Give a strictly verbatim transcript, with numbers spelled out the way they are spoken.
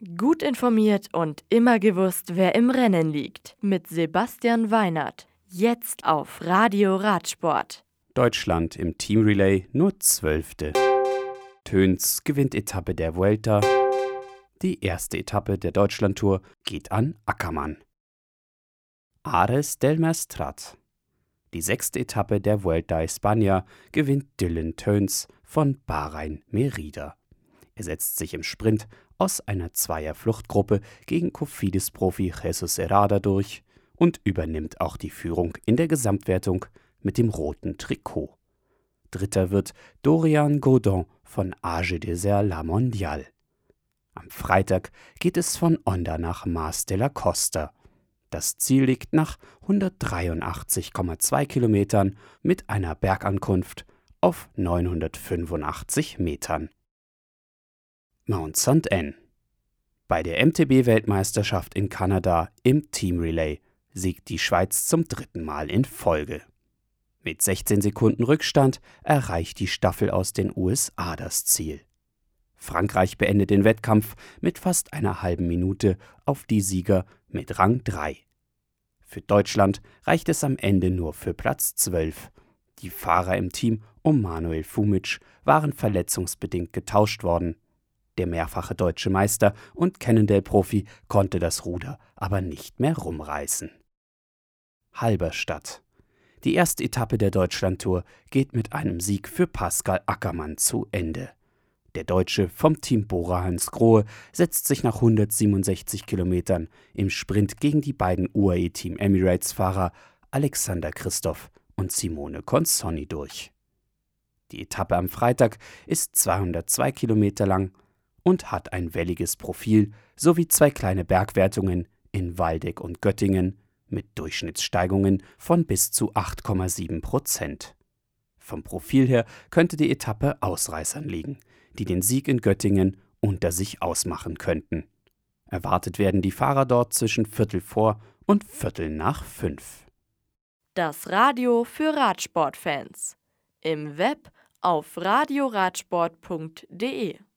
Gut informiert und immer gewusst, wer im Rennen liegt. Mit Sebastian Weinert. Jetzt auf Radio Radsport. Deutschland im Teamrelay nur Zwölfte. Teuns gewinnt Etappe der Vuelta. Die erste Etappe der Deutschlandtour geht an Ackermann. Ares del Maestrat. Die sechste Etappe der Vuelta a España gewinnt Dylan Teuns von Bahrain Merida. Er setzt sich im Sprint aus einer Zweier-Fluchtgruppe gegen Cofidis-Profi Jesus Herrada durch und übernimmt auch die Führung in der Gesamtwertung mit dem roten Trikot. Dritter wird Dorian Godon von A G Desert La Mondiale. Am Freitag geht es von Honda nach Mas de la Costa. Das Ziel liegt nach hundertdreiundachtzig Komma zwei Kilometern mit einer Bergankunft auf neunhundertfünfundachtzig Metern. Mount Saint Anne. Bei der M T B-Weltmeisterschaft in Kanada im Teamrelay siegt die Schweiz zum dritten Mal in Folge. Mit sechzehn Sekunden Rückstand erreicht die Staffel aus den U S A das Ziel. Frankreich beendet den Wettkampf mit fast einer halben Minute auf die Sieger mit Rang drei. Für Deutschland reicht es am Ende nur für Platz zwölf. Die Fahrer im Team um Manuel Fumic waren verletzungsbedingt getauscht worden. Der mehrfache deutsche Meister und Cannondale-Profi konnte das Ruder aber nicht mehr rumreißen. Halberstadt. Die erste Etappe der Deutschlandtour geht mit einem Sieg für Pascal Ackermann zu Ende. Der Deutsche vom Team Bora-Hansgrohe setzt sich nach hundertsiebenundsechzig Kilometern im Sprint gegen die beiden U A E-Team Emirates-Fahrer Alexander Kristoff und Simone Consonni durch. Die Etappe am Freitag ist zweihundertzwei Kilometer lang und hat ein welliges Profil sowie zwei kleine Bergwertungen in Waldeck und Göttingen mit Durchschnittssteigungen von bis zu acht Komma sieben Prozent. Vom Profil her könnte die Etappe Ausreißern liegen, die den Sieg in Göttingen unter sich ausmachen könnten. Erwartet werden die Fahrer dort zwischen Viertel vor und Viertel nach fünf. Das Radio für Radsportfans. Im Web auf radioradsport punkt de